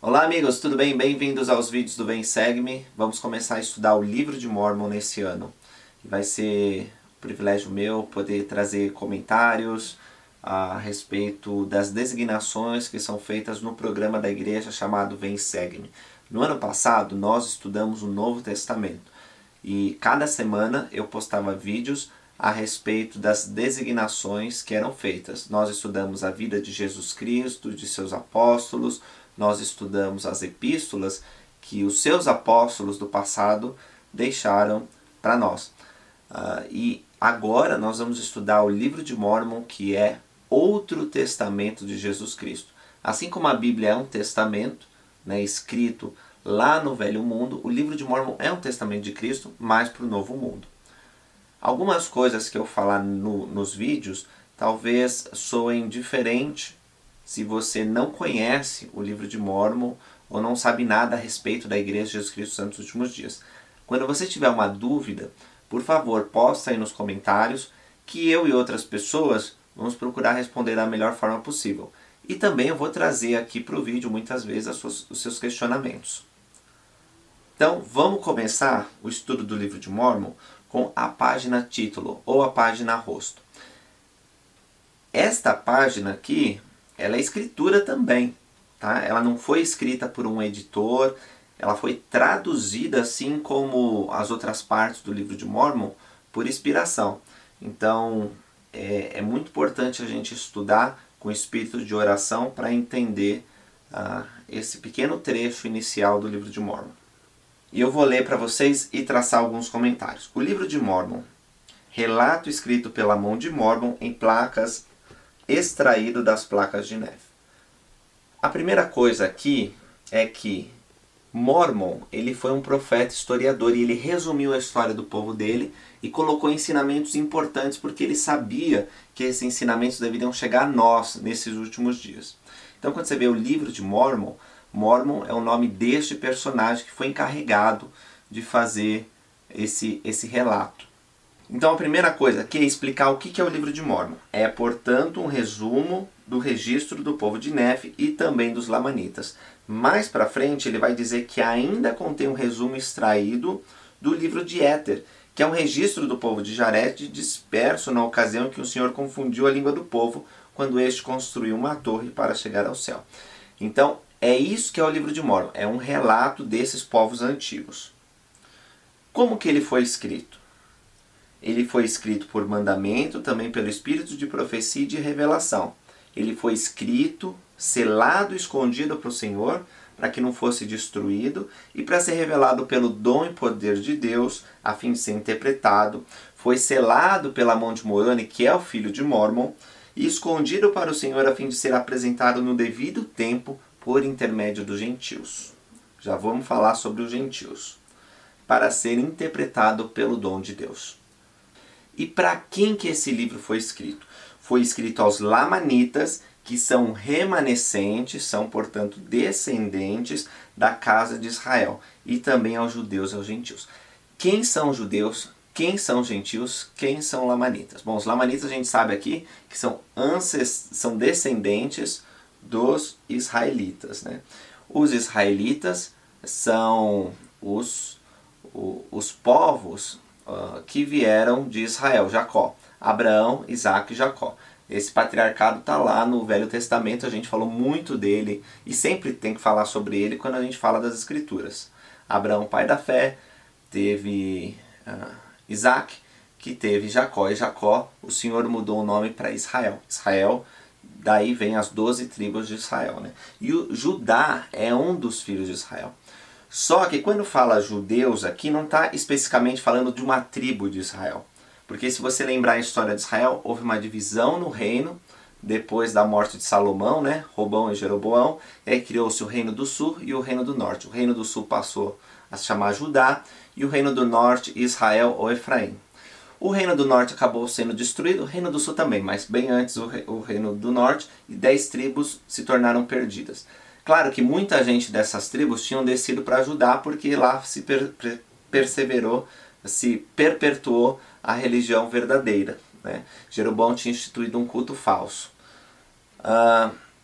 Olá amigos, tudo bem? Bem-vindos aos vídeos do Vem Segue-me. Vamos começar a estudar o livro de Mórmon nesse ano. Vai ser um privilégio meu poder trazer comentários a respeito das designações que são feitas no programa da igreja chamado Vem Segue-me. No ano passado nós estudamos o Novo Testamento e cada semana eu postava vídeos a respeito das designações que eram feitas. Nós estudamos a vida de Jesus Cristo, de seus apóstolos, nós estudamos as epístolas que os seus apóstolos do passado deixaram para nós. E agora nós vamos estudar o livro de Mórmon, que é outro testamento de Jesus Cristo. Assim como a Bíblia é um testamento, né, escrito lá no Velho Mundo, o livro de Mórmon é um testamento de Cristo, mas para o Novo Mundo. Algumas coisas que eu falar nos vídeos talvez soem diferente se você não conhece o livro de Mórmon ou não sabe nada a respeito da Igreja de Jesus Cristo dos Santos dos Últimos Dias. Quando você tiver uma dúvida, por favor, posta aí nos comentários que eu e outras pessoas vamos procurar responder da melhor forma possível. E também eu vou trazer aqui para o vídeo muitas vezes os seus questionamentos. Então vamos começar o estudo do livro de Mórmon com a página título ou a página rosto. Esta página aqui, ela é escritura também, tá? Ela não foi escrita por um editor, ela foi traduzida assim como as outras partes do livro de Mórmon por inspiração. Então é muito importante a gente estudar com espírito de oração para entender esse pequeno trecho inicial do livro de Mórmon. E eu vou ler para vocês e traçar alguns comentários. O livro de Mórmon, relato escrito pela mão de Mórmon em placas, extraído das placas de neve. A primeira coisa aqui é que Mórmon, ele foi um profeta historiador e ele resumiu a história do povo dele e colocou ensinamentos importantes porque ele sabia que esses ensinamentos deveriam chegar a nós nesses últimos dias. Então quando você vê o livro de Mórmon, Mórmon é o nome deste personagem que foi encarregado de fazer esse relato. Então a primeira coisa aqui é explicar o que é o livro de Mórmon. É, portanto, um resumo do registro do povo de Nef e também dos Lamanitas. Mais para frente ele vai dizer que ainda contém um resumo extraído do livro de Éter, que é um registro do povo de Jared disperso na ocasião em que o Senhor confundiu a língua do povo quando este construiu uma torre para chegar ao céu. Então é isso que é o livro de Mórmon, é um relato desses povos antigos. Como que ele foi escrito? Ele foi escrito por mandamento, também pelo espírito de profecia e de revelação. Ele foi escrito, selado e escondido para o Senhor, para que não fosse destruído, e para ser revelado pelo dom e poder de Deus, a fim de ser interpretado. Foi selado pela mão de Moroni, que é o filho de Mórmon, e escondido para o Senhor, a fim de ser apresentado no devido tempo, por intermédio dos gentios. Já vamos falar sobre os gentios. Para ser interpretado pelo dom de Deus. E para quem que esse livro foi escrito? Foi escrito aos Lamanitas, que são remanescentes, são, portanto, descendentes da casa de Israel. E também aos judeus e aos gentios. Quem são os judeus? Quem são os gentios? Quem são Lamanitas? Bom, os Lamanitas a gente sabe aqui que são descendentes dos israelitas, né? Os israelitas são os povos que vieram de Israel, Jacó, Abraão, Isaac e Jacó. Esse patriarcado está lá no Velho Testamento, a gente falou muito dele e sempre tem que falar sobre ele quando a gente fala das Escrituras. Abraão, pai da fé, teve Isaac, que teve Jacó, e Jacó, o Senhor mudou o nome para Israel. Israel, daí vem as 12 tribos de Israel, né? E o Judá é um dos filhos de Israel. Só que quando fala judeus aqui, não está especificamente falando de uma tribo de Israel. Porque se você lembrar a história de Israel, houve uma divisão no reino, depois da morte de Salomão, né? Robão e Jeroboão, e aí criou-se o reino do sul e o reino do norte. O reino do sul passou a se chamar Judá, e o reino do norte, Israel ou Efraim. O reino do norte acabou sendo destruído, o reino do sul também, mas bem antes o reino do norte, e 10 tribos se tornaram perdidas. Claro que muita gente dessas tribos tinham descido para Judá, porque lá se perseverou, se perpetuou a religião verdadeira, né? Jeroboão tinha instituído um culto falso.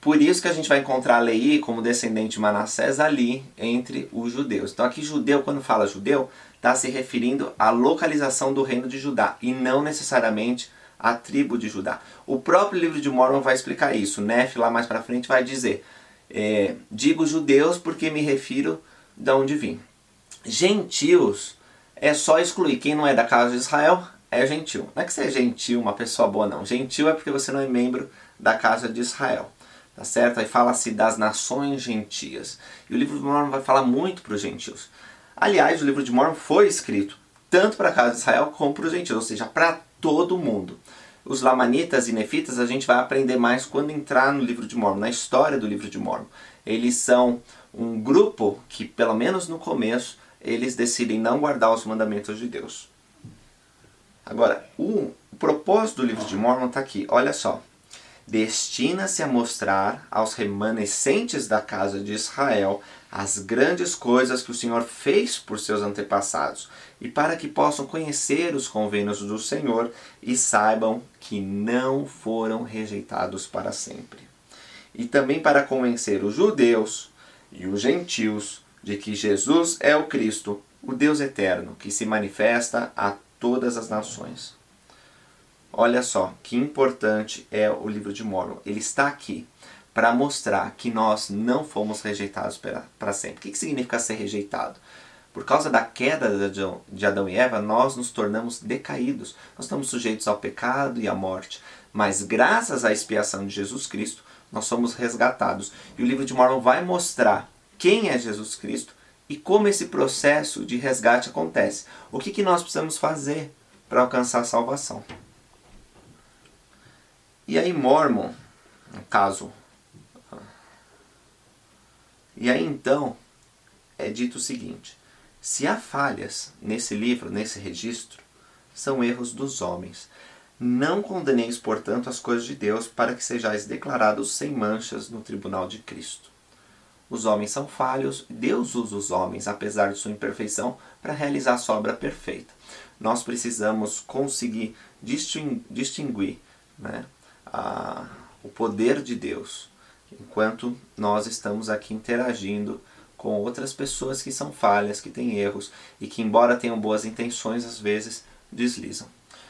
Por isso que a gente vai encontrar Leí como descendente de Manassés ali entre os judeus. Então aqui judeu, quando fala judeu, está se referindo à localização do reino de Judá e não necessariamente à tribo de Judá. O próprio livro de Mórmon vai explicar isso. Nefe lá mais para frente vai dizer, digo judeus porque me refiro de onde vim. Gentios é só excluir. Quem não é da casa de Israel é gentil. Não é que você é gentil, uma pessoa boa, não. Gentil é porque você não é membro da casa de Israel. Tá certo? Aí fala-se das nações gentias. E o livro de Mórmon vai falar muito para os gentios. Aliás, o livro de Mórmon foi escrito tanto para a casa de Israel como para os gentios, ou seja, para todo mundo. Os lamanitas e nefitas a gente vai aprender mais quando entrar no livro de Mórmon, na história do livro de Mórmon. Eles são um grupo que, pelo menos no começo, eles decidem não guardar os mandamentos de Deus. Agora, o propósito do livro de Mórmon está aqui, olha só. Destina-se a mostrar aos remanescentes da casa de Israel as grandes coisas que o Senhor fez por seus antepassados, e para que possam conhecer os convênios do Senhor e saibam que não foram rejeitados para sempre. E também para convencer os judeus e os gentios de que Jesus é o Cristo, o Deus eterno, que se manifesta a todas as nações. Olha só, que importante é o livro de Mórmon. Ele está aqui para mostrar que nós não fomos rejeitados para sempre. O que significa ser rejeitado? Por causa da queda de Adão e Eva, nós nos tornamos decaídos. Nós estamos sujeitos ao pecado e à morte. Mas graças à expiação de Jesus Cristo, nós somos resgatados. E o livro de Mórmon vai mostrar quem é Jesus Cristo e como esse processo de resgate acontece. O que nós precisamos fazer para alcançar a salvação. E aí Mórmon, no caso, e aí então é dito o seguinte, se há falhas nesse livro, nesse registro, são erros dos homens. Não condeneis, portanto, as coisas de Deus para que sejais declarados sem manchas no tribunal de Cristo. Os homens são falhos, Deus usa os homens, apesar de sua imperfeição, para realizar a sua obra perfeita. Nós precisamos conseguir distinguir, né, o poder de Deus, enquanto nós estamos aqui interagindo com outras pessoas que são falhas, que têm erros e que, embora tenham boas intenções, às vezes deslizam.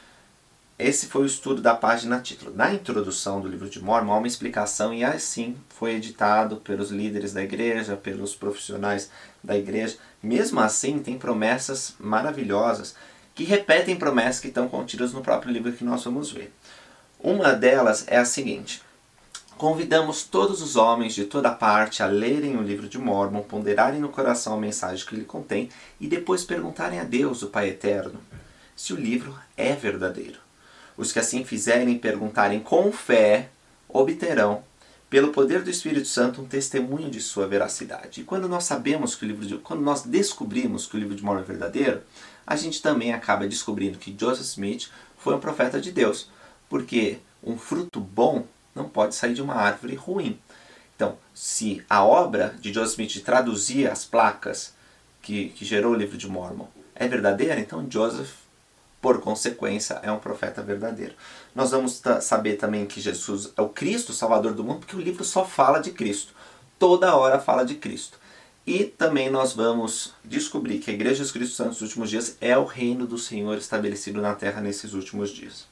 Esse foi o estudo da página título. Na introdução do livro de Mórmon há uma explicação e assim foi editado pelos líderes da igreja, pelos profissionais da igreja. Mesmo assim tem promessas maravilhosas que repetem promessas que estão contidas no próprio livro que nós vamos ver. Uma delas é a seguinte: convidamos todos os homens de toda parte a lerem o livro de Mórmon, ponderarem no coração a mensagem que ele contém e depois perguntarem a Deus, o Pai Eterno, se o livro é verdadeiro. Os que assim fizerem e perguntarem com fé, obterão, pelo poder do Espírito Santo, um testemunho de sua veracidade. E quando nós sabemos que quando nós descobrimos que o livro de Mórmon é verdadeiro, a gente também acaba descobrindo que Joseph Smith foi um profeta de Deus, porque um fruto bom não pode sair de uma árvore ruim. Então, se a obra de Joseph Smith de traduzir as placas que gerou o livro de Mórmon é verdadeira, então Joseph, por consequência, é um profeta verdadeiro. Nós vamos saber também que Jesus é o Cristo, o Salvador do mundo, porque o livro só fala de Cristo. Toda hora fala de Cristo. E também nós vamos descobrir que a Igreja dos Cristo Santos dos últimos dias é o reino do Senhor estabelecido na terra nesses últimos dias.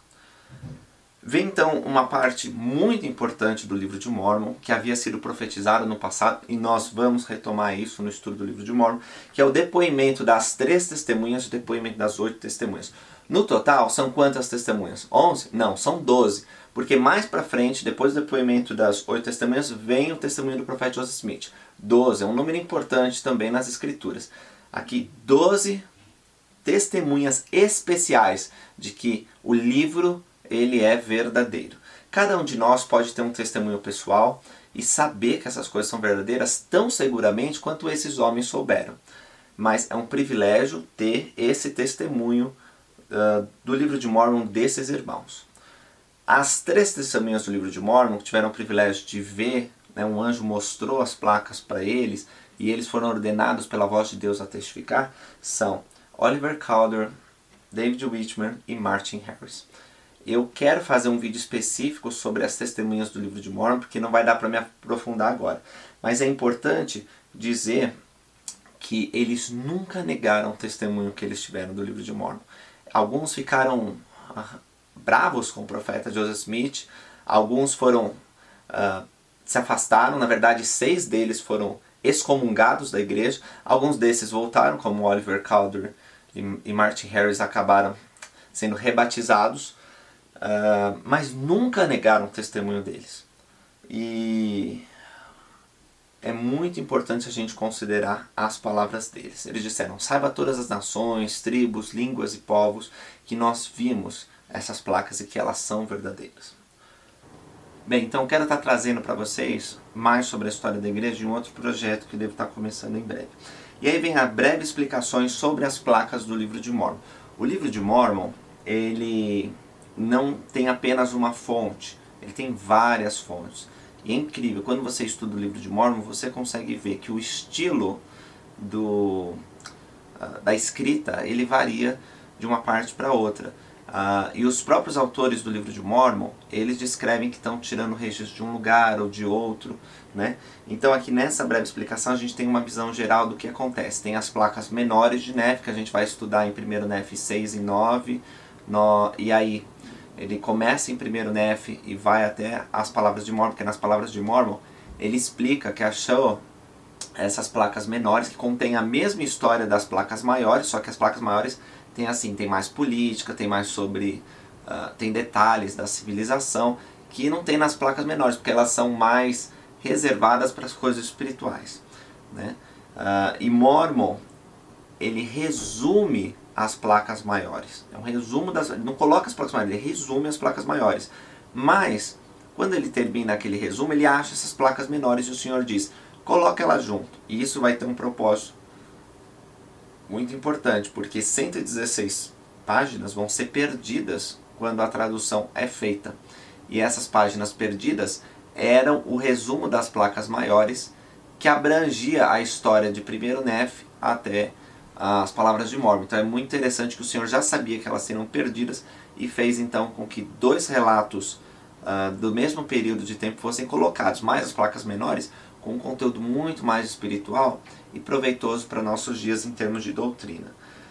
Vem então uma parte muito importante do livro de Mórmon, que havia sido profetizado no passado, e nós vamos retomar isso no estudo do livro de Mórmon, que é o depoimento das 3 testemunhas e o depoimento das 8 testemunhas. No total, são quantas testemunhas? 11? Não, são 12, porque mais para frente, depois do depoimento das 8 testemunhas, vem o testemunho do profeta Joseph Smith. 12 é um número importante também nas escrituras. Aqui, 12 testemunhas especiais de que o livro ele é verdadeiro. Cada um de nós pode ter um testemunho pessoal e saber que essas coisas são verdadeiras tão seguramente quanto esses homens souberam. Mas é um privilégio ter esse testemunho do livro de Mórmon desses irmãos. As 3 testemunhas do livro de Mórmon que tiveram o privilégio de ver, né, um anjo mostrou as placas para eles e eles foram ordenados pela voz de Deus a testificar, são Oliver Cowdery, David Whitmer e Martin Harris. Eu quero fazer um vídeo específico sobre as testemunhas do livro de Mórmon, porque não vai dar para me aprofundar agora. Mas é importante dizer que eles nunca negaram o testemunho que eles tiveram do livro de Mórmon. Alguns ficaram bravos com o profeta Joseph Smith, alguns foram se afastaram, na verdade 6 deles foram excomungados da igreja, alguns desses voltaram, como Oliver Cowdery e Martin Harris acabaram sendo rebatizados, mas nunca negaram o testemunho deles. E é muito importante a gente considerar as palavras deles. Eles disseram: saiba todas as nações, tribos, línguas e povos que nós vimos essas placas e que elas são verdadeiras. Bem, então quero estar trazendo para vocês mais sobre a história da igreja em um outro projeto que devo estar começando em breve. E aí vem a breve explicações sobre as placas do livro de Mórmon. O livro de Mórmon, ele não tem apenas uma fonte, ele tem várias fontes. E é incrível, quando você estuda o livro de Mórmon, você consegue ver que o estilo da escrita, ele varia de uma parte para outra. E os próprios autores do livro de Mórmon, eles descrevem que estão tirando registros de um lugar ou de outro, né? Então aqui nessa breve explicação a gente tem uma visão geral do que acontece. Tem as placas menores de Nefe, que a gente vai estudar em 1 Nefe 6 e 9, e aí ele começa em 1 Nefe e vai até as palavras de Mórmon, porque nas palavras de Mórmon ele explica que achou essas placas menores que contêm a mesma história das placas maiores, só que as placas maiores tem mais política, tem mais sobre, tem detalhes da civilização que não tem nas placas menores, porque elas são mais reservadas para as coisas espirituais, né? E Mórmon, ele resume as placas maiores, é um resumo ele não coloca as placas maiores, ele resume as placas maiores, mas quando ele termina aquele resumo, ele acha essas placas menores e o Senhor diz: coloca elas junto, e isso vai ter um propósito muito importante, porque 116 páginas vão ser perdidas quando a tradução é feita. E essas páginas perdidas eram o resumo das placas maiores, que abrangia a história de 1 Nefe até as palavras de Mórmon. Então é muito interessante que o Senhor já sabia que elas seriam perdidas e fez então com que 2 relatos do mesmo período de tempo fossem colocados, mais as placas menores, com um conteúdo muito mais espiritual e proveitoso para nossos dias em termos de doutrina.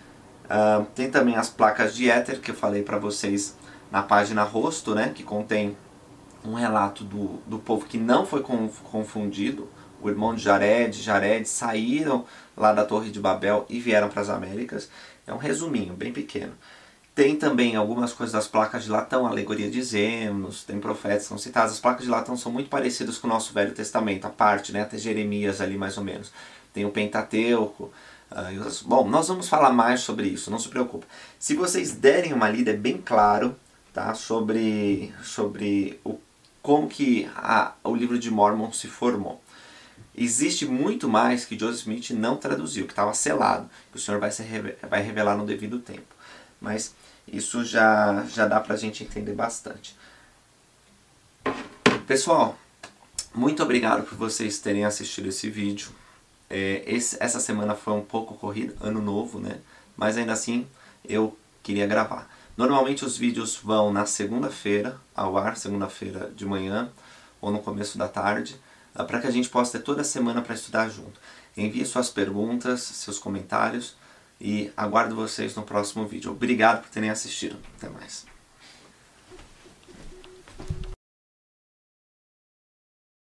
Tem também as placas de éter, que eu falei para vocês na página rosto, né, que contém um relato do povo que não foi confundido. O irmão de Jared saíram lá da Torre de Babel e vieram para as Américas. É um resuminho, bem pequeno. Tem também algumas coisas das placas de latão, alegoria de Zemos, tem profetas que são citados. As placas de latão são muito parecidas com o nosso Velho Testamento, a parte, né, até Jeremias ali mais ou menos. Tem o Pentateuco. Bom, nós vamos falar mais sobre isso, não se preocupe. Se vocês derem uma lida, é bem claro, tá, sobre como que o livro de Mórmon se formou. Existe muito mais que Joseph Smith não traduziu, que estava selado, que o Senhor vai revelar no devido tempo. Mas isso já dá pra gente entender bastante. Pessoal, muito obrigado por vocês terem assistido esse vídeo. Essa semana foi um pouco corrida, ano novo, né? Mas ainda assim eu queria gravar. Normalmente os vídeos vão na segunda-feira ao ar, segunda-feira de manhã ou no começo da tarde, para que a gente possa ter toda a semana para estudar junto. Envie suas perguntas, seus comentários e aguardo vocês no próximo vídeo. Obrigado por terem assistido. Até mais.